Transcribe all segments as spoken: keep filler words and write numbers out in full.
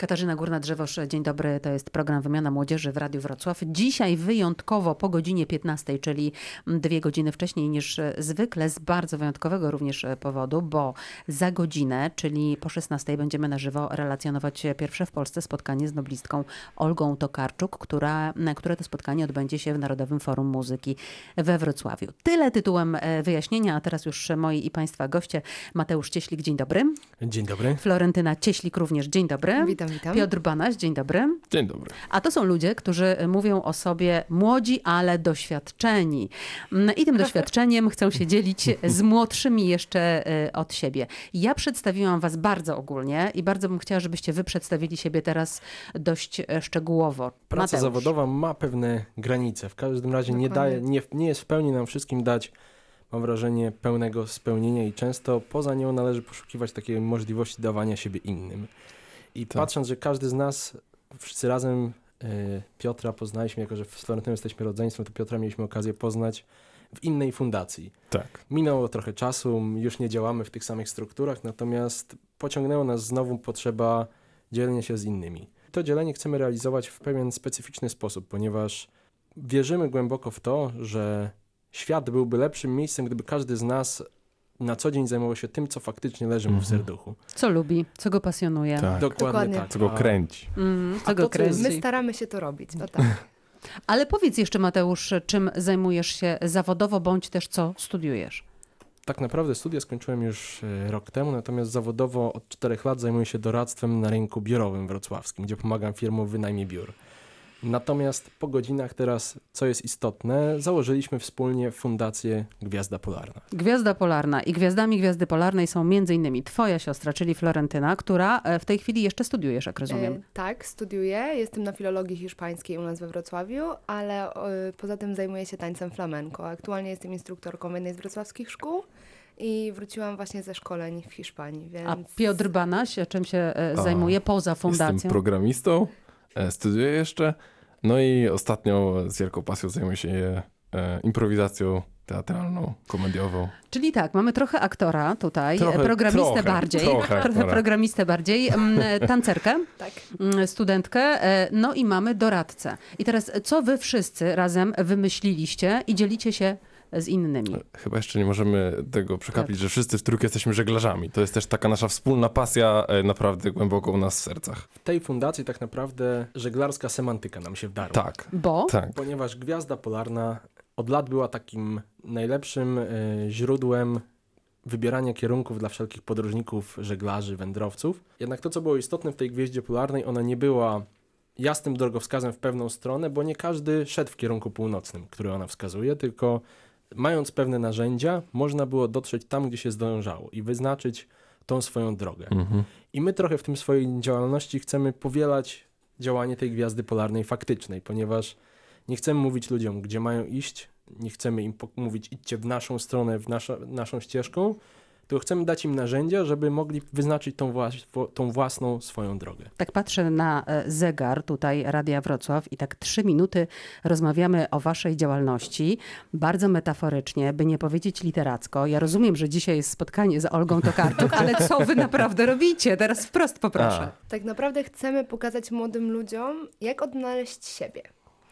Katarzyna Górna-Drzewosz, dzień dobry. To jest program Wymiana Młodzieży w Radiu Wrocław. Dzisiaj wyjątkowo po godzinie piętnastej, czyli dwie godziny wcześniej niż zwykle, z bardzo wyjątkowego również powodu, bo za godzinę, czyli po szesnastej, będziemy na żywo relacjonować pierwsze w Polsce spotkanie z noblistką Olgą Tokarczuk, która, które to spotkanie odbędzie się w Narodowym Forum Muzyki we Wrocławiu. Tyle tytułem wyjaśnienia, a teraz już moi i Państwa goście. Mateusz Cieślik, dzień dobry. Dzień dobry. Florentyna Cieślik również, dzień dobry. Witam, witam. Piotr Banaś, dzień dobry. Dzień dobry. A to są ludzie, którzy mówią o sobie młodzi, ale doświadczeni. I tym doświadczeniem chcą się dzielić z młodszymi jeszcze od siebie. Ja przedstawiłam was bardzo ogólnie i bardzo bym chciała, żebyście wy przedstawili siebie teraz dość szczegółowo. Praca Mateusz. zawodowa ma pewne granice. W każdym razie nie, daje, nie, nie jest w pełni nam wszystkim dać, mam wrażenie, pełnego spełnienia i często poza nią należy poszukiwać takiej możliwości dawania siebie innym. I tak. Patrząc, że każdy z nas, wszyscy razem y, Piotra poznaliśmy, jako że z Florentyną jesteśmy rodzeństwem, to Piotra mieliśmy okazję poznać w innej fundacji. Tak. Minęło trochę czasu, już nie działamy w tych samych strukturach, natomiast pociągnęło nas znowu potrzeba dzielenia się z innymi. To dzielenie chcemy realizować w pewien specyficzny sposób, ponieważ wierzymy głęboko w to, że świat byłby lepszym miejscem, gdyby każdy z nas na co dzień zajmował się tym, co faktycznie leży mu w serduchu. Co lubi, co go pasjonuje. Tak. Dokładnie, Dokładnie tak. Co go kręci. Mm, co A go to, co kręci. jest- My staramy się to robić, no tak. Ale powiedz jeszcze, Mateusz, czym zajmujesz się zawodowo, bądź też co studiujesz? Tak naprawdę studia skończyłem już e, rok temu, natomiast zawodowo od czterech lat zajmuję się doradztwem na rynku biurowym wrocławskim, gdzie pomagam firmom w wynajmie biur. Natomiast po godzinach teraz, co jest istotne, założyliśmy wspólnie fundację Gwiazda Polarna. Gwiazda Polarna i gwiazdami Gwiazdy Polarnej są między innymi twoja siostra, czyli Florentyna, która w tej chwili jeszcze studiujesz, jak rozumiem. E, tak, studiuję. Jestem na filologii hiszpańskiej u nas we Wrocławiu, ale e, poza tym zajmuję się tańcem flamenco. Aktualnie jestem instruktorką w jednej z wrocławskich szkół i wróciłam właśnie ze szkoleń w Hiszpanii, więc... A Piotr Banaś, czym się e, O, zajmuje poza fundacją? Jestem programistą, e, studiuję jeszcze, no i ostatnio z wielką pasją zajmuję się e, improwizacją teatralną, komediową. Czyli tak, mamy trochę aktora tutaj, Trochę, programistę trochę, bardziej, trochę aktora. programistę bardziej, mm, tancerkę, Tak. mm, studentkę, e, no i mamy doradcę. I teraz, co wy wszyscy razem wymyśliliście i dzielicie się z innymi? Chyba jeszcze nie możemy tego przekapić, że wszyscy w trójkę jesteśmy żeglarzami. To jest też taka nasza wspólna pasja, e, naprawdę głęboko u nas w sercach. W tej fundacji tak naprawdę żeglarska semantyka nam się wdarła. Tak, Bo? tak. Ponieważ Gwiazda Polarna od lat była takim najlepszym e, źródłem wybierania kierunków dla wszelkich podróżników, żeglarzy, wędrowców. Jednak to, co było istotne w tej Gwieździe Polarnej, ona nie była jasnym drogowskazem w pewną stronę, bo nie każdy szedł w kierunku północnym, który ona wskazuje, tylko mając pewne narzędzia, można było dotrzeć tam, gdzie się zdążało i wyznaczyć tą swoją drogę. Mhm. I my trochę w tym swojej działalności chcemy powielać działanie tej Gwiazdy Polarnej faktycznej, ponieważ nie chcemy mówić ludziom, gdzie mają iść, nie chcemy im mówić, idźcie w naszą stronę, w nasza, naszą ścieżką, tylko chcemy dać im narzędzia, żeby mogli wyznaczyć tą, włas- tą własną swoją drogę. Tak patrzę na e, zegar tutaj Radia Wrocław i tak trzy minuty rozmawiamy o waszej działalności, bardzo metaforycznie, by nie powiedzieć literacko. Ja rozumiem, że dzisiaj jest spotkanie z Olgą Tokarczuk, ale co wy naprawdę robicie? Teraz wprost poproszę. A. Tak naprawdę chcemy pokazać młodym ludziom, jak odnaleźć siebie.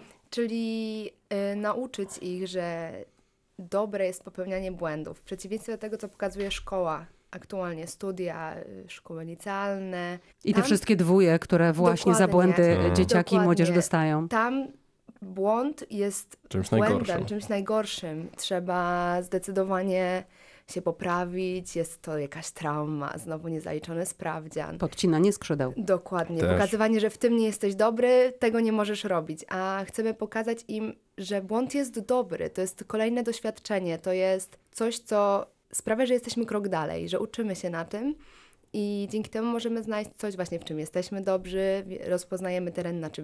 Czyli y, nauczyć ich, że dobre jest popełnianie błędów. W przeciwieństwie do tego, co pokazuje szkoła aktualnie, studia, y, szkoły licealne. I te Tam- wszystkie dwóje, które właśnie za Dokładnie. błędy Tak. dzieciaki i młodzież Dokładnie. dostają. Tam błąd jest Czymś błędem, najgorszym. czymś najgorszym. Trzeba zdecydowanie się poprawić, jest to jakaś trauma, znowu niezaliczony sprawdzian. Podcinanie skrzydeł. Dokładnie. Też. Pokazywanie, że w tym nie jesteś dobry, tego nie możesz robić. A chcemy pokazać im, że błąd jest dobry. To jest kolejne doświadczenie. To jest coś, co sprawia, że jesteśmy krok dalej, że uczymy się na tym i dzięki temu możemy znaleźć coś właśnie, w czym jesteśmy dobrzy, rozpoznajemy teren, na czym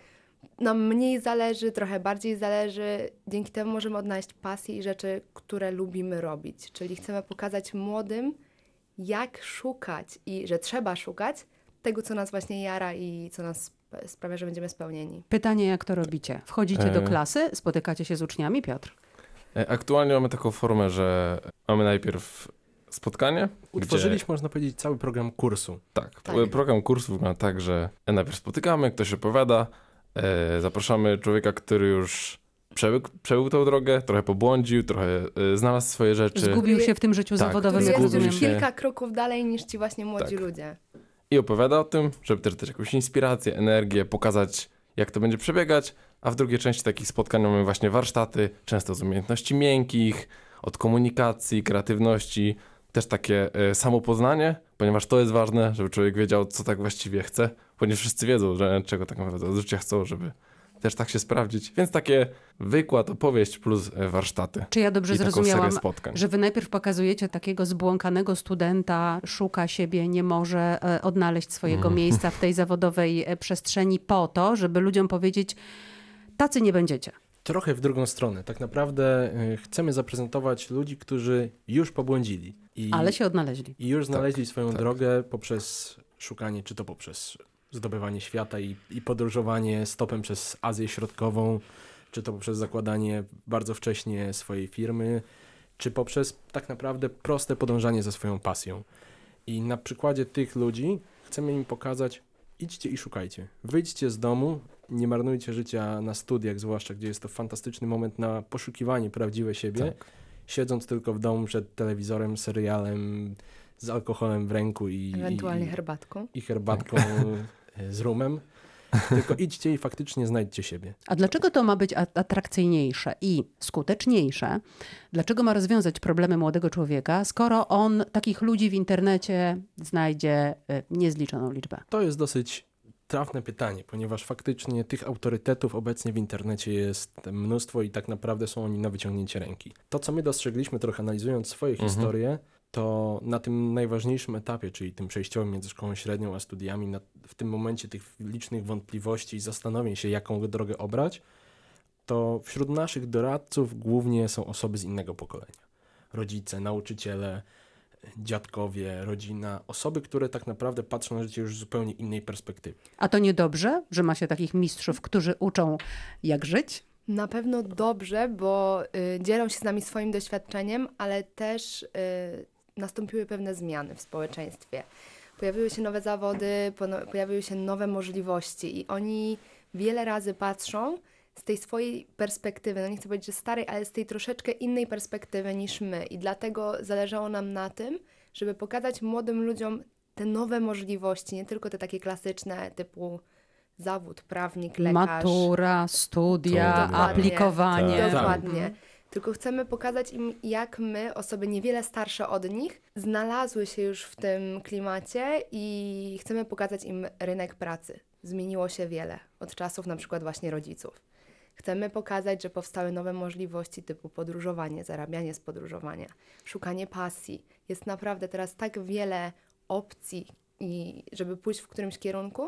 nam mniej zależy, trochę bardziej zależy. Dzięki temu możemy odnaleźć pasje i rzeczy, które lubimy robić. Czyli chcemy pokazać młodym, jak szukać i że trzeba szukać tego, co nas właśnie jara i co nas sprawia, że będziemy spełnieni. Pytanie, jak to robicie? Wchodzicie do E. klasy, spotykacie się z uczniami, Piotr? E, Aktualnie mamy taką formę, że mamy najpierw spotkanie. Utworzyliśmy, gdzie, można powiedzieć, cały program kursu. tak, Tak. program kursu wygląda tak, że najpierw spotykamy, ktoś opowiada, e, zapraszamy człowieka, który już przebył, przebył tą drogę, trochę pobłądził, trochę e, znalazł swoje rzeczy Zgubił się w tym życiu Tak, zawodowym, Który jak jest zgubił już rozumiem. się. kilka kroków dalej niż ci właśnie młodzi Tak. ludzie. i opowiada o tym, żeby też dać jakąś inspirację, energię, pokazać, jak to będzie przebiegać, a w drugiej części takich spotkań mamy właśnie warsztaty, często z umiejętności miękkich, od komunikacji, kreatywności, też takie e, samopoznanie, ponieważ to jest ważne, żeby człowiek wiedział, co tak właściwie chce, ponieważ wszyscy wiedzą, że czego tak naprawdę od życia chcą, żeby też tak się sprawdzić. Więc takie wykład, opowieść plus e, warsztaty. Czy ja dobrze I taką zrozumiałam, serię spotkań. że wy najpierw pokazujecie takiego zbłąkanego studenta, szuka siebie, nie może e, odnaleźć swojego Mm. miejsca w tej zawodowej e, przestrzeni po to, żeby ludziom powiedzieć, tacy nie będziecie. Trochę w drugą stronę. Tak naprawdę y, chcemy zaprezentować ludzi, którzy już pobłądzili. I, Ale się odnaleźli. I już znaleźli swoją tak. drogę poprzez szukanie, czy to poprzez zdobywanie świata i, i podróżowanie stopem przez Azję Środkową, czy to poprzez zakładanie bardzo wcześnie swojej firmy, czy poprzez tak naprawdę proste podążanie za swoją pasją. I na przykładzie tych ludzi chcemy im pokazać, idźcie i szukajcie. Wyjdźcie z domu, nie marnujcie życia na studiach, zwłaszcza gdzie jest to fantastyczny moment na poszukiwanie prawdziwe siebie, Tak. siedząc tylko w domu przed telewizorem, serialem, z alkoholem w ręku i, Ewentualnie i, herbatką. i herbatką z rumem. Tylko idźcie i faktycznie znajdźcie siebie. A dlaczego to ma być a- atrakcyjniejsze i skuteczniejsze? Dlaczego ma rozwiązać problemy młodego człowieka, skoro on takich ludzi w internecie znajdzie e, niezliczoną liczbę? To jest dosyć trafne pytanie, ponieważ faktycznie tych autorytetów obecnie w internecie jest mnóstwo i tak naprawdę są oni na wyciągnięcie ręki. To, co my dostrzegliśmy trochę analizując swoje Mhm. historie, to na tym najważniejszym etapie, czyli tym przejściowym między szkołą średnią a studiami, na, w tym momencie tych licznych wątpliwości i zastanowień się, jaką drogę obrać, to wśród naszych doradców głównie są osoby z innego pokolenia. Rodzice, nauczyciele, dziadkowie, rodzina, osoby, które tak naprawdę patrzą na życie już z zupełnie innej perspektywy. A to niedobrze, że ma się takich mistrzów, którzy uczą, jak żyć? Na pewno dobrze, bo y, dzielą się z nami swoim doświadczeniem, ale też y, nastąpiły pewne zmiany w społeczeństwie. Pojawiły się nowe zawody, pono- pojawiły się nowe możliwości i oni wiele razy patrzą z tej swojej perspektywy, no nie chcę powiedzieć, że starej, ale z tej troszeczkę innej perspektywy niż my. I dlatego zależało nam na tym, żeby pokazać młodym ludziom te nowe możliwości, nie tylko te takie klasyczne typu zawód, prawnik, lekarz. Matura, studia, Dokładnie. aplikowanie. Tak. Dokładnie. Mhm. Tylko chcemy pokazać im, jak my, osoby niewiele starsze od nich, znalazły się już w tym klimacie i chcemy pokazać im rynek pracy. Zmieniło się wiele od czasów na przykład właśnie rodziców. Chcemy pokazać, że powstały nowe możliwości typu podróżowanie, zarabianie z podróżowania, szukanie pasji. Jest naprawdę teraz tak wiele opcji, i żeby pójść w którymś kierunku,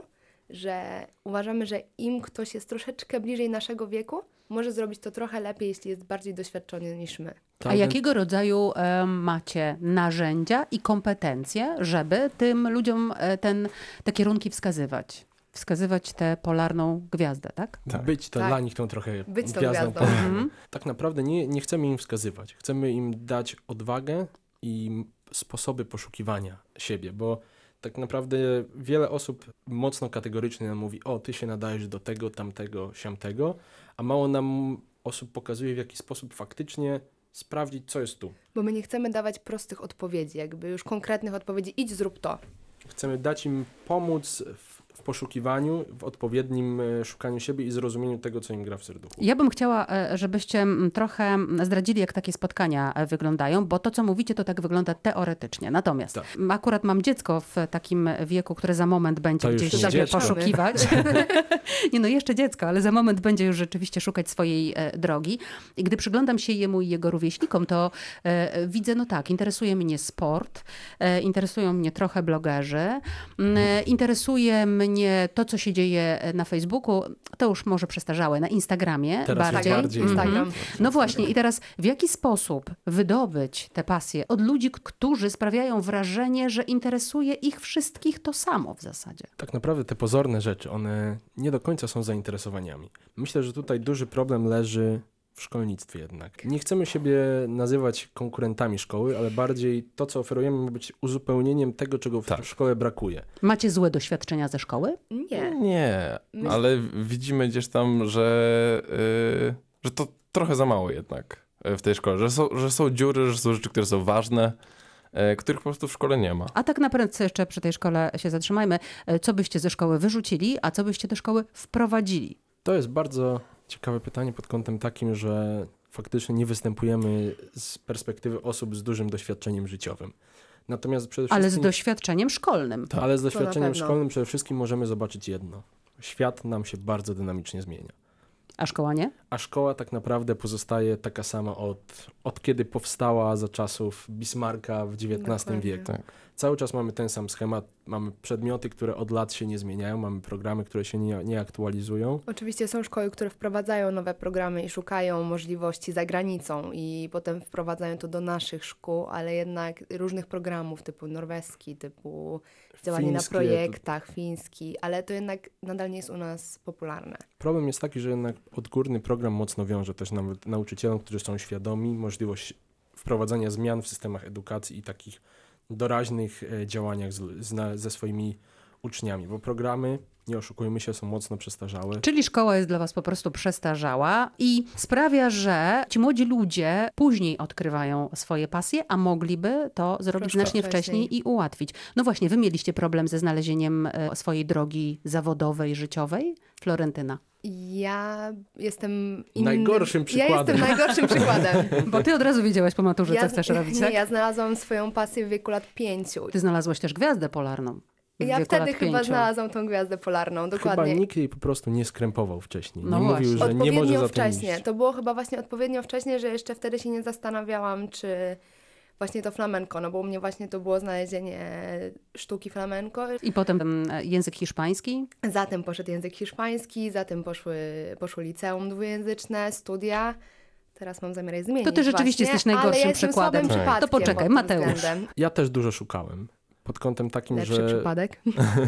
że uważamy, że im ktoś jest troszeczkę bliżej naszego wieku, może zrobić to trochę lepiej, jeśli jest bardziej doświadczony niż my. A jakiego rodzaju e, macie narzędzia i kompetencje, żeby tym ludziom e, ten, te kierunki wskazywać? Wskazywać tę polarną gwiazdę, tak? Tak. Być to Tak. dla nich tą trochę Być tą gwiazdą. gwiazdą. polarną. Mhm. Tak naprawdę nie, nie chcemy im wskazywać. Chcemy im dać odwagę i m- sposoby poszukiwania siebie, bo tak naprawdę wiele osób mocno kategorycznie nam mówi, o, ty się nadajesz do tego, tamtego, siamtego, a mało nam osób pokazuje, w jaki sposób faktycznie sprawdzić, co jest tu. Bo my nie chcemy dawać prostych odpowiedzi, jakby już konkretnych odpowiedzi, idź zrób to. Chcemy dać im pomóc w, w poszukiwaniu, w odpowiednim e, szukaniu siebie i zrozumieniu tego, co im gra w serduchu. Ja bym chciała, e, żebyście m, trochę m, zdradzili, jak takie spotkania e, wyglądają, bo to, co mówicie, to tak wygląda teoretycznie. Natomiast Tak. m, akurat mam dziecko w takim wieku, które za moment będzie To już gdzieś nie siebie dziecko. poszukiwać. nie no, jeszcze dziecko, ale za moment będzie już rzeczywiście szukać swojej e, drogi. I gdy przyglądam się jemu i jego rówieśnikom, to e, widzę, no tak, interesuje mnie sport, e, interesują mnie trochę blogerzy, m, e, interesuje mnie to, co się dzieje na Facebooku, to już może przestarzałe, na Instagramie Teraz bardziej. już bardziej. Mhm. Instagram. No właśnie, i teraz w jaki sposób wydobyć tę pasję od ludzi, k- którzy sprawiają wrażenie, że interesuje ich wszystkich to samo w zasadzie? Tak naprawdę te pozorne rzeczy, one nie do końca są zainteresowaniami. Myślę, że tutaj duży problem leży w szkolnictwie jednak. Nie chcemy siebie nazywać konkurentami szkoły, ale bardziej to, co oferujemy, ma być uzupełnieniem tego, czego w Tak. szkole brakuje. Macie złe doświadczenia ze szkoły? Nie. Nie, My- ale widzimy gdzieś tam, że, yy, że to trochę za mało jednak yy, w tej szkole, że są, że są dziury, że są rzeczy, które są ważne, yy, których po prostu w szkole nie ma. A tak naprawdę jeszcze przy tej szkole się zatrzymajmy. E, Co byście ze szkoły wyrzucili, a co byście do szkoły wprowadzili? To jest bardzo ciekawe pytanie pod kątem takim, że faktycznie nie występujemy z perspektywy osób z dużym doświadczeniem życiowym. Natomiast przede wszystkim... Ale z doświadczeniem szkolnym. Ale z To na doświadczeniem pewno. szkolnym przede wszystkim możemy zobaczyć jedno. Świat nam się bardzo dynamicznie zmienia. A szkoła nie? A szkoła tak naprawdę pozostaje taka sama od, od kiedy powstała za czasów Bismarcka w dziewiętnastym Dokładnie. wieku. Tak. Cały czas mamy ten sam schemat, mamy przedmioty, które od lat się nie zmieniają, mamy programy, które się nie, nie aktualizują. Oczywiście są szkoły, które wprowadzają nowe programy i szukają możliwości za granicą i potem wprowadzają to do naszych szkół, ale jednak różnych programów typu norweski, typu działanie na Fińskie, projektach, fiński, ale to jednak nadal nie jest u nas popularne. Problem jest taki, że jednak odgórny program mocno wiąże też nawet nauczycielom, którzy są świadomi, możliwość wprowadzania zmian w systemach edukacji i takich doraźnych e, działaniach z, z, na, ze swoimi uczniami, bo programy, nie oszukujmy się, są mocno przestarzałe. Czyli szkoła jest dla was po prostu przestarzała i sprawia, że ci młodzi ludzie później odkrywają swoje pasje, a mogliby to zrobić Troszkę znacznie wcześniej. wcześniej i ułatwić. No właśnie, wy mieliście problem ze znalezieniem e, swojej drogi zawodowej, życiowej? Florentyna. Ja jestem innym... Najgorszym Ja przykładem. jestem najgorszym przykładem. Bo ty od razu wiedziałaś po maturze, co chcesz robić, nie, tak? ja znalazłam swoją pasję w wieku lat pięciu. Ty znalazłaś też gwiazdę polarną. W Ja wieku wtedy lat chyba pięciu. znalazłam tą gwiazdę polarną, Chyba dokładnie. nikt jej po prostu nie skrępował wcześniej. No nie właśnie. mówił, że nie Odpowiednio może za tym wcześnie. iść. To było chyba właśnie odpowiednio wcześnie, że jeszcze wtedy się nie zastanawiałam, czy właśnie to flamenko, no bo u mnie właśnie to było znalezienie sztuki flamenko. I potem mm, język hiszpański. Zatem poszedł język hiszpański, zatem poszły, poszło liceum dwujęzyczne, studia. Teraz mam zamiar je zmienić To ty rzeczywiście właśnie, jesteś najgorszym ale ja jestem przykładem. słabym Tak. przypadkiem To poczekaj, pod tym Mateusz. względem. Ja też dużo szukałem. Pod kątem takim, Lepszy że przypadek.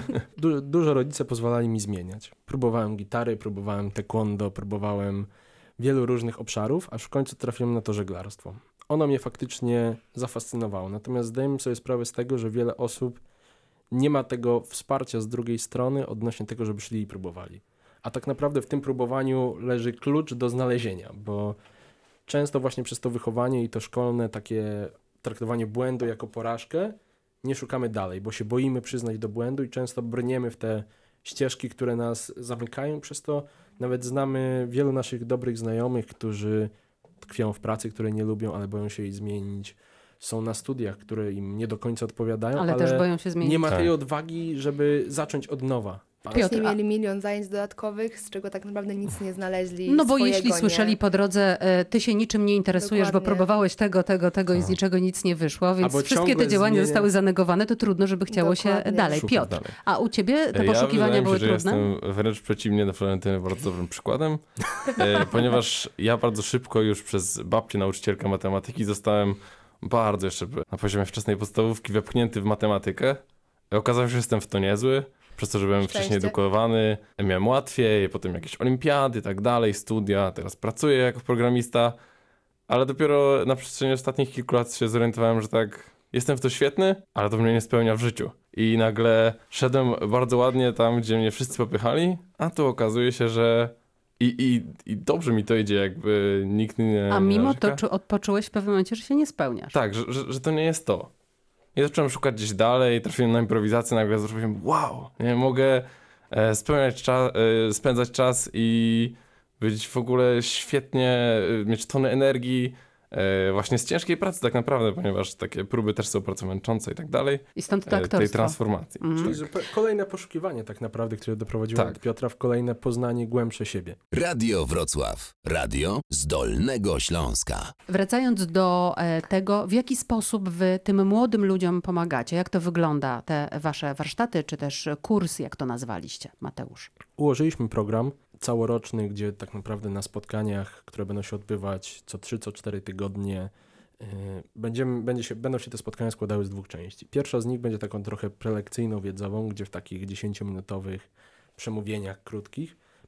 du- dużo rodzice pozwalali mi zmieniać. Próbowałem gitary, próbowałem taekwondo, próbowałem wielu różnych obszarów, aż w końcu trafiłem na to żeglarstwo. Ono mnie faktycznie zafascynowało. Natomiast zdajemy sobie sprawę z tego, że wiele osób nie ma tego wsparcia z drugiej strony odnośnie tego, żeby szli i próbowali. A tak naprawdę w tym próbowaniu leży klucz do znalezienia, bo często właśnie przez to wychowanie i to szkolne takie traktowanie błędu jako porażkę nie szukamy dalej, bo się boimy przyznać do błędu i często brniemy w te ścieżki, które nas zamykają. Przez to nawet znamy wielu naszych dobrych znajomych, którzy tkwią w pracy, której nie lubią, ale boją się jej zmienić. Są na studiach, które im nie do końca odpowiadają, Ale, ale, też boją się zmienić. nie ma tej Tak. odwagi, żeby zacząć od nowa. A Piotr, Właśnie a- mieli milion zajęć dodatkowych, z czego tak naprawdę nic nie znaleźli. No bo swojego, jeśli nie? słyszeli po drodze, e, ty się niczym nie interesujesz, bo Dokładnie. próbowałeś tego, tego, tego i z No. niczego nic nie wyszło, więc Albo wszystkie te ciągłe działania zmienia- zostały zanegowane, to trudno, żeby chciało się Dokładnie. dalej. Szukać Piotr, dalej. a u ciebie te Ja poszukiwania wydaje mi były się, że trudne? jestem wręcz przeciwnie do Florentyny bardzo dobrym przykładem, e, ponieważ ja bardzo szybko już przez babcię nauczycielkę matematyki zostałem bardzo jeszcze na poziomie wczesnej podstawówki wepchnięty w matematykę. Okazało się, że jestem w to niezły, przez to, że byłem Szczęście. wcześniej edukowany, miałem łatwiej, potem jakieś olimpiady i tak dalej, studia, teraz pracuję jako programista, ale dopiero na przestrzeni ostatnich kilku lat się zorientowałem, że tak, jestem w to świetny, ale to mnie nie spełnia w życiu. I nagle szedłem bardzo ładnie tam, gdzie mnie wszyscy popychali, a tu okazuje się, że i, i, i dobrze mi to idzie, jakby nikt nie A nie mimo narzeka. to czu, odpoczułeś w pewnym momencie, że się nie spełniasz. Tak, że, że, że to nie jest to. I zacząłem szukać gdzieś dalej, trafiłem na improwizację, nagle zrobiłem wow, nie mogę e, spełniać cza, e, spędzać czas i być w ogóle świetnie, e, mieć tony energii e, właśnie z ciężkiej pracy tak naprawdę, ponieważ takie próby też są bardzo męczące i tak dalej, I stąd to e, tej aktorstwo. transformacji. Mhm. Czyli zupe- kolejne poszukiwanie tak naprawdę, które doprowadziło Tak. Piotra w kolejne poznanie głębsze siebie. Radio Wrocław. Radio z Dolnego Śląska. Wracając do e, tego, w jaki sposób wy tym młodym ludziom pomagacie? Jak to wygląda, te wasze warsztaty, czy też kurs, jak to nazwaliście, Mateusz? Ułożyliśmy program całoroczny, gdzie tak naprawdę na spotkaniach, które będą się odbywać co trzy, co cztery tygodnie, yy, będziemy, będzie się, będą się te spotkania składały z dwóch części. Pierwsza z nich będzie taką trochę prelekcyjną, wiedzową, gdzie w takich dziesięciominutowych przemówieniach krótkich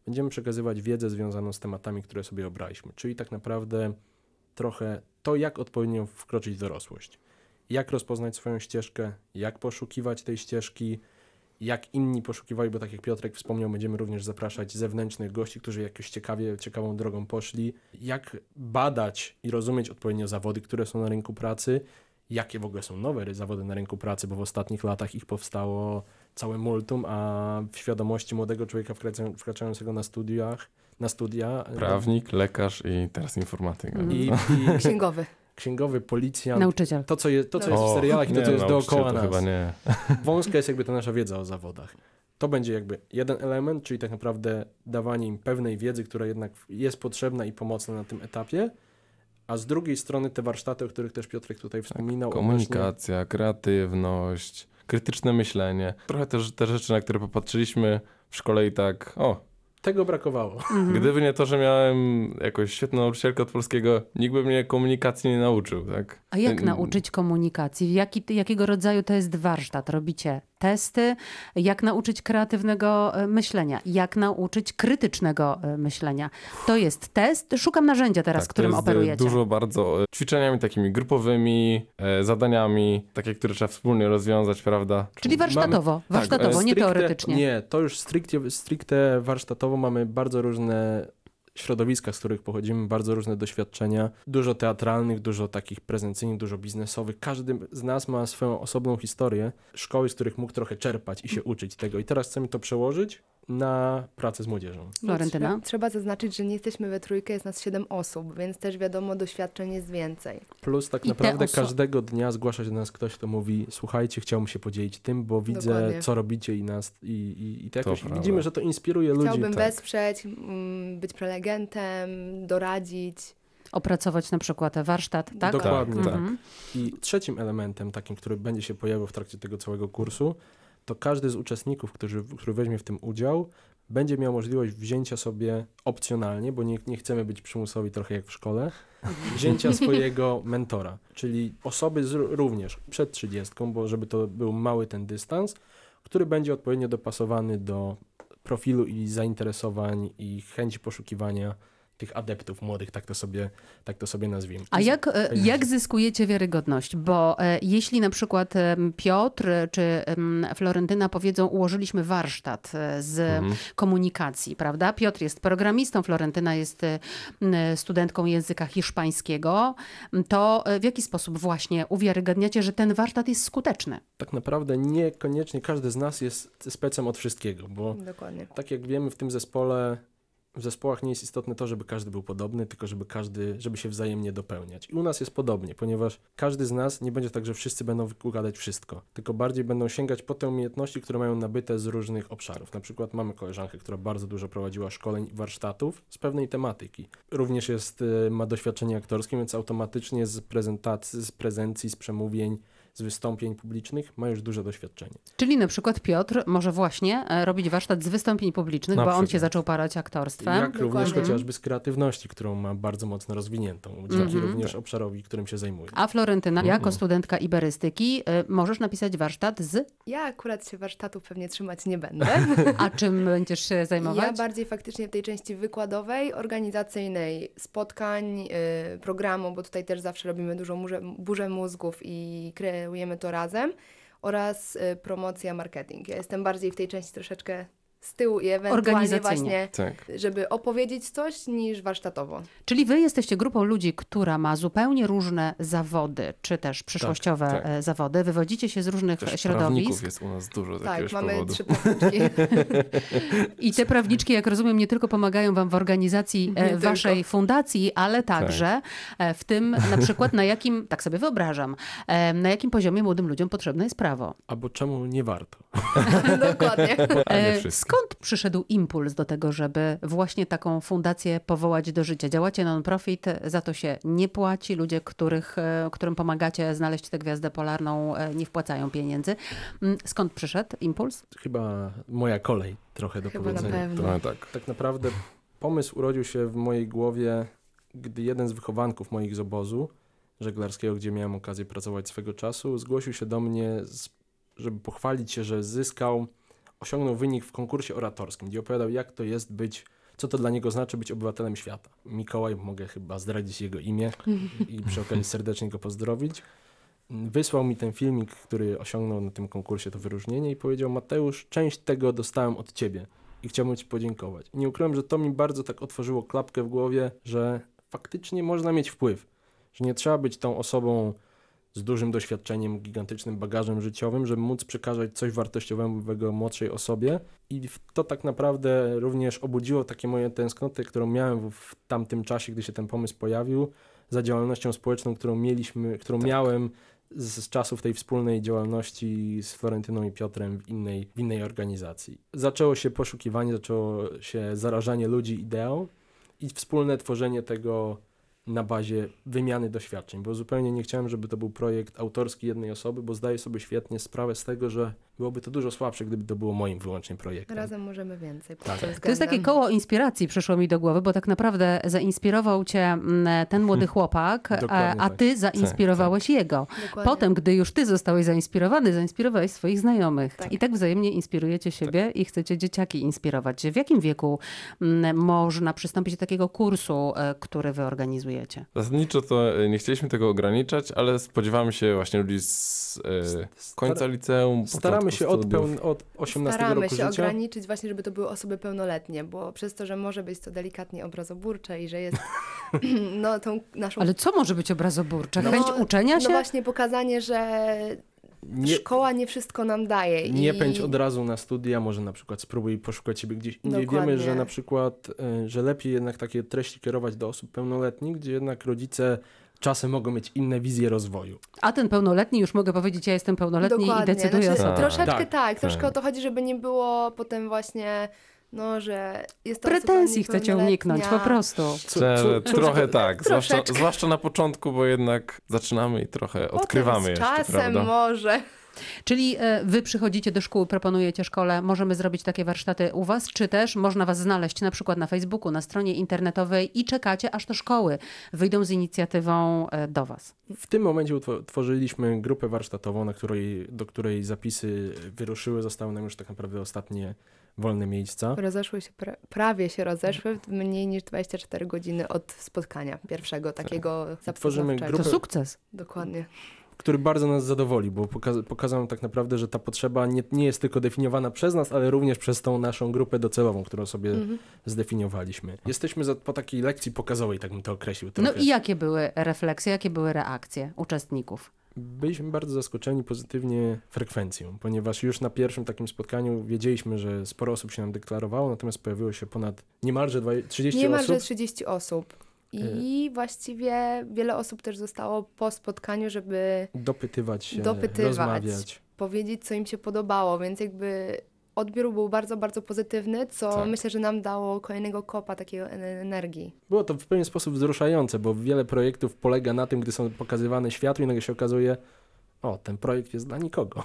będziemy przekazywać wiedzę związaną z tematami, które sobie obraliśmy. Czyli tak naprawdę trochę to, jak odpowiednio wkroczyć w dorosłość. Jak rozpoznać swoją ścieżkę, jak poszukiwać tej ścieżki, jak inni poszukiwali, bo tak jak Piotrek wspomniał, będziemy również zapraszać zewnętrznych gości, którzy jakoś ciekawie, ciekawą drogą poszli. Jak badać i rozumieć odpowiednio zawody, które są na rynku pracy, jakie w ogóle są nowe zawody na rynku pracy, bo w ostatnich latach ich powstało całe multum, a w świadomości młodego człowieka wkracza- wkraczającego na studiach, na studia... Prawnik, lekarz i teraz informatyk. Mhm. I, i Księgowy. księgowy, policjant, Nauczyciel. to co, je, to, co No. jest w serialach i to, nie, co jest nauczyciel dookoła to nas. chyba nie. Wąska jest jakby ta nasza wiedza o zawodach. To będzie jakby jeden element, czyli tak naprawdę dawanie im pewnej wiedzy, która jednak jest potrzebna i pomocna na tym etapie, a z drugiej strony te warsztaty, o których też Piotrek tutaj wspominał. Komunikacja, kreatywność, krytyczne myślenie. Trochę też te rzeczy, na które popatrzyliśmy w szkole i tak, o, Tego brakowało. Mhm. gdyby nie to, że miałem jakąś świetną nauczycielkę od polskiego, nikt by mnie komunikacji nie nauczył, tak? A jak Ten- nauczyć komunikacji? Jaki, jakiego rodzaju to jest warsztat? Robicie testy? Jak nauczyć kreatywnego e, myślenia? Jak nauczyć krytycznego e, myślenia? To jest test. Szukam narzędzia teraz, Tak, którym to jest e, operujecie. dużo bardzo e, ćwiczeniami takimi grupowymi, e, zadaniami, takie, które trzeba wspólnie rozwiązać, prawda? Czyli warsztatowo, tak, warsztatowo, e, nie Stricte- teoretycznie. Nie, to już stricte, stricte warsztatowo mamy bardzo różne środowiska, z których pochodzimy, bardzo różne doświadczenia, dużo teatralnych, dużo takich prezencyjnych, dużo biznesowych. Każdy z nas ma swoją osobną historię, szkoły, z których mógł trochę czerpać i się uczyć tego. I teraz chcemy to przełożyć na pracę z młodzieżą. Florentyna? Trzeba, trzeba zaznaczyć, że nie jesteśmy we trójkę, jest nas siedem osób, więc też wiadomo, doświadczeń jest więcej. Plus tak I te naprawdę oso- każdego dnia zgłasza się do nas ktoś, kto mówi, słuchajcie, chciałbym się podzielić tym, bo widzę, Dokładnie. co robicie i nas i, i, i to To jakoś prawda. widzimy, że to inspiruje ludzi. Chciałbym tak. wesprzeć, mm, być prelegentem, doradzić. Opracować na przykład warsztat, tak? Dokładnie, tak. Mhm. I trzecim elementem, takim, który będzie się pojawiał w trakcie tego całego kursu, to każdy z uczestników, który, który weźmie w tym udział, będzie miał możliwość wzięcia sobie opcjonalnie, bo nie, nie chcemy być przymusowi trochę jak w szkole, wzięcia swojego mentora, czyli osoby z, również przed trzydziestką, bo żeby to był mały ten dystans, który będzie odpowiednio dopasowany do profilu i zainteresowań i chęci poszukiwania tych adeptów młodych, tak to sobie, tak to sobie nazwijmy. A jak, e, jak zyskujecie wiarygodność? Bo e, jeśli na przykład em, Piotr czy em, Florentyna powiedzą, ułożyliśmy warsztat e, z Mhm. komunikacji, prawda? Piotr jest programistą, Florentyna jest e, m, studentką języka hiszpańskiego, to e, w jaki sposób właśnie uwiarygadniacie, że ten warsztat jest skuteczny? Tak naprawdę niekoniecznie każdy z nas jest specem od wszystkiego, bo Dokładnie. tak jak wiemy w tym zespole, w zespołach nie jest istotne to, żeby każdy był podobny, tylko żeby każdy, żeby się wzajemnie dopełniać. I u nas jest podobnie, ponieważ każdy z nas nie będzie tak, że wszyscy będą układać wszystko, tylko bardziej będą sięgać po te umiejętności, które mają nabyte z różnych obszarów. Na przykład mamy koleżankę, która bardzo dużo prowadziła szkoleń i warsztatów z pewnej tematyki. Również jest, y, ma doświadczenie aktorskie, więc automatycznie z prezentacji, z prezencji, z przemówień, z wystąpień publicznych ma już duże doświadczenie. Czyli na przykład Piotr może właśnie e, robić warsztat z wystąpień publicznych, Na bo on przykład. się zaczął parać aktorstwem. Jak również Dokładnie. chociażby z kreatywności, którą ma bardzo mocno rozwiniętą, dzięki Mhm. również obszarowi, którym się zajmuje. A Florentyna, jako Mhm. studentka iberystyki, e, możesz napisać warsztat z... Ja akurat się warsztatów pewnie trzymać nie będę. A czym będziesz się zajmować? Ja bardziej faktycznie w tej części wykładowej, organizacyjnej, spotkań, y, programu, bo tutaj też zawsze robimy dużą burzę, burzę mózgów i kreujemy to razem, oraz y, promocja, marketing. Ja jestem bardziej w tej części troszeczkę z tyłu i ewentualnie Organizacyjnie. właśnie, Tak. żeby opowiedzieć coś niż warsztatowo. Czyli wy jesteście grupą ludzi, która ma zupełnie różne zawody, czy też przyszłościowe tak. e, zawody. Wywodzicie się z różnych Też środowisk. prawników jest u nas dużo z Tak, jakiegoś mamy powodu. trzy prawniczki. I te prawniczki, jak rozumiem, nie tylko pomagają wam w organizacji e, Nie waszej tylko. fundacji, ale także e, w tym na przykład na jakim, tak sobie wyobrażam, e, na jakim poziomie młodym ludziom potrzebne jest prawo. Albo czemu nie warto? Dokładnie. A nie E, wszyscy. Skąd przyszedł impuls do tego, żeby właśnie taką fundację powołać do życia? Działacie non-profit, za to się nie płaci. Ludzie, których, e, którym pomagacie znaleźć tę gwiazdę polarną, e, nie wpłacają pieniędzy. Mm, Skąd przyszedł impuls? Chyba moja kolej trochę do Chyba na powiedzenia. pewno. Trochę tak. Tak naprawdę pomysł urodził się w mojej głowie, gdy jeden z wychowanków moich z obozu żeglarskiego, gdzie miałem okazję pracować swego czasu, zgłosił się do mnie, z, żeby pochwalić się, że zyskał osiągnął wynik w konkursie oratorskim, gdzie opowiadał, jak to jest być, co to dla niego znaczy być obywatelem świata. Mikołaj, mogę chyba zdradzić jego imię i przy okazji serdecznie go pozdrowić. Wysłał mi ten filmik, który osiągnął na tym konkursie to wyróżnienie i powiedział: Mateusz, część tego dostałem od ciebie i chciałbym ci podziękować. I nie ukrywam, że to mi bardzo tak otworzyło klapkę w głowie, że faktycznie można mieć wpływ, że nie trzeba być tą osobą z dużym doświadczeniem, gigantycznym bagażem życiowym, żeby móc przekazać coś wartościowego młodszej osobie. I to tak naprawdę również obudziło takie moje tęsknoty, którą miałem w tamtym czasie, gdy się ten pomysł pojawił, za działalnością społeczną, którą mieliśmy, którą Tak. miałem z czasów tej wspólnej działalności z Florentyną i Piotrem w innej, w innej organizacji. Zaczęło się poszukiwanie, zaczęło się zarażanie ludzi ideą i wspólne tworzenie tego na bazie wymiany doświadczeń, bo zupełnie nie chciałem, żeby to był projekt autorski jednej osoby, bo zdaję sobie świetnie sprawę z tego, że byłoby to dużo słabsze, gdyby to było moim wyłącznie projektem. Razem możemy więcej. pod Tak. tym To jest takie względem. koło inspiracji, przyszło mi do głowy, bo tak naprawdę zainspirował cię mm, ten młody chłopak, a, Dokładnie a tak. ty zainspirowałeś jego. Dokładnie. Potem, gdy już ty zostałeś zainspirowany, zainspirowałeś swoich znajomych. Tak. I tak wzajemnie inspirujecie siebie i chcecie dzieciaki inspirować. W jakim wieku mm, można przystąpić do takiego kursu, e, który wy organizujecie? Zasadniczo to e, nie chcieliśmy tego ograniczać, ale spodziewamy się właśnie ludzi z e, końca liceum, Staramy początku się od, studiów. pełn, od osiemnastego Staramy roku się życia. ograniczyć właśnie, żeby to były osoby pełnoletnie, bo przez to, że może być to delikatnie obrazoburcze i że jest no tą naszą... Ale co może być obrazoburcze? No, Chęć uczenia się? No właśnie pokazanie, że Nie, szkoła nie wszystko nam daje. nie i... pędź od razu na studia, może na przykład spróbuj poszukać siebie gdzieś indziej. Dokładnie. Wiemy, że na przykład, y, że lepiej jednak takie treści kierować do osób pełnoletnich, gdzie jednak rodzice czasem mogą mieć inne wizje rozwoju. A ten pełnoletni, już mogę powiedzieć, ja jestem pełnoletni Dokładnie. i decyduję Znaczy, o sobie. Tak. Troszeczkę Tak. tak, troszkę Tak. o to chodzi, żeby nie było potem właśnie, no, że jest to Pretensji osoba chcecie uniknąć, po niepełnoletnia. prostu. Szczerze, Cu- cu- trochę tak, zwłaszcza, Troszeczkę. zwłaszcza na początku, bo jednak zaczynamy i trochę Potem odkrywamy z jeszcze, czasem prawda? może. Czyli e, wy przychodzicie do szkół, proponujecie szkole, możemy zrobić takie warsztaty u was, czy też można was znaleźć na przykład na Facebooku, na stronie internetowej i czekacie, aż to szkoły wyjdą z inicjatywą e, do was. W tym momencie utworzyliśmy grupę warsztatową, na której, do której zapisy wyruszyły. Zostały nam już tak naprawdę ostatnie wolne miejsca. Rozeszły się, pra- prawie się rozeszły w mniej niż dwadzieścia cztery godziny od spotkania pierwszego takiego Tworzymy zapoznawczego. To grupę- sukces. Dokładnie. Który bardzo nas zadowoli, bo poka- pokazał nam tak naprawdę, że ta potrzeba nie, nie jest tylko definiowana przez nas, ale również przez tą naszą grupę docelową, którą sobie Mhm. zdefiniowaliśmy. Jesteśmy za, po takiej lekcji pokazowej, tak bym to określił. No trochę. i jakie były refleksje, jakie były reakcje uczestników? Byliśmy bardzo zaskoczeni pozytywnie frekwencją, ponieważ już na pierwszym takim spotkaniu wiedzieliśmy, że sporo osób się nam deklarowało, natomiast pojawiło się ponad niemalże dwa- trzydzieści Niemalże osób. trzydzieści osób. Y. I właściwie wiele osób też zostało po spotkaniu, żeby Dopytywać się, Dopytywać. rozmawiać. powiedzieć, co im się podobało, więc jakby odbiór był bardzo, bardzo pozytywny, co Tak. myślę, że nam dało kolejnego kopa takiej en- energii. Było to w pewien sposób wzruszające, bo wiele projektów polega na tym, gdy są pokazywane światu i nagle się okazuje, o, ten projekt jest dla nikogo.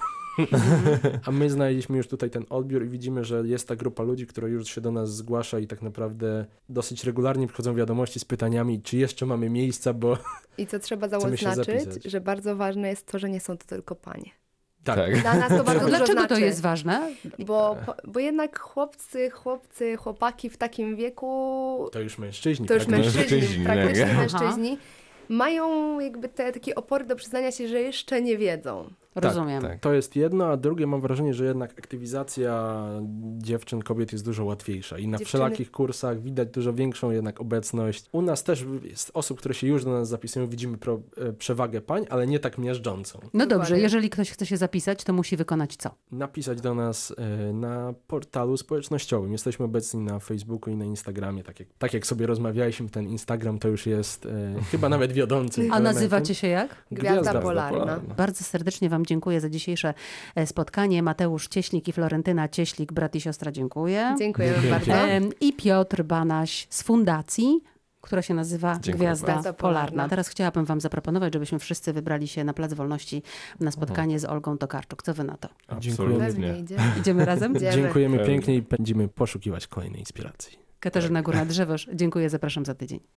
A my znaleźliśmy już tutaj ten odbiór i widzimy, że jest ta grupa ludzi, która już się do nas zgłasza i tak naprawdę dosyć regularnie przychodzą wiadomości z pytaniami, czy jeszcze mamy miejsca, bo I co trzeba Chcemy się zaznaczyć, zapisać. że bardzo ważne jest to, że nie są to tylko panie. tak, Tak. Dla nas to bardzo dużo Dlaczego znaczy. to jest ważne? Bo, po- bo jednak chłopcy, chłopcy, chłopaki w takim wieku, to już mężczyźni. to już praktycznie. mężczyźni, Mężczyźni, praktycznie tak. mężczyźni, mają jakby te takie opory do przyznania się, że jeszcze nie wiedzą. Rozumiem. tak. To jest jedno, a drugie mam wrażenie, że jednak aktywizacja dziewczyn, kobiet jest dużo łatwiejsza i na Dziewczyny- wszelakich kursach widać dużo większą jednak obecność. U nas też jest osób, które się już do nas zapisują, widzimy pro, e, przewagę pań, ale nie tak miażdżącą. No dobrze, Dokładnie. jeżeli ktoś chce się zapisać, to musi wykonać co? Napisać do nas e, na portalu społecznościowym. Jesteśmy obecni na Facebooku i na Instagramie. Tak jak, tak jak sobie rozmawialiśmy, ten Instagram to już jest e, chyba nawet wiodącym A elementem. nazywacie się jak? Gwiazda polarna. polarna. Bardzo serdecznie wam dziękuję za dzisiejsze e, spotkanie. Mateusz Cieślik i Florentyna Cieślik, brat i siostra, dziękuję. Dziękujemy Dziękuję. bardzo. Em, I Piotr Banaś z fundacji, która się nazywa Dziękuję Gwiazda bardzo. Polarna. Polarna. Teraz chciałabym wam zaproponować, żebyśmy wszyscy wybrali się na Plac Wolności na spotkanie z Olgą Tokarczuk. Co wy na to? Dziękuję. Pewnie Absolutnie. idzie. Idziemy razem? Idziemy. Dziękujemy Pewnie. pięknie i będziemy poszukiwać kolejnej inspiracji. Katarzyna Górna-Drzewosz, dziękuję, zapraszam za tydzień.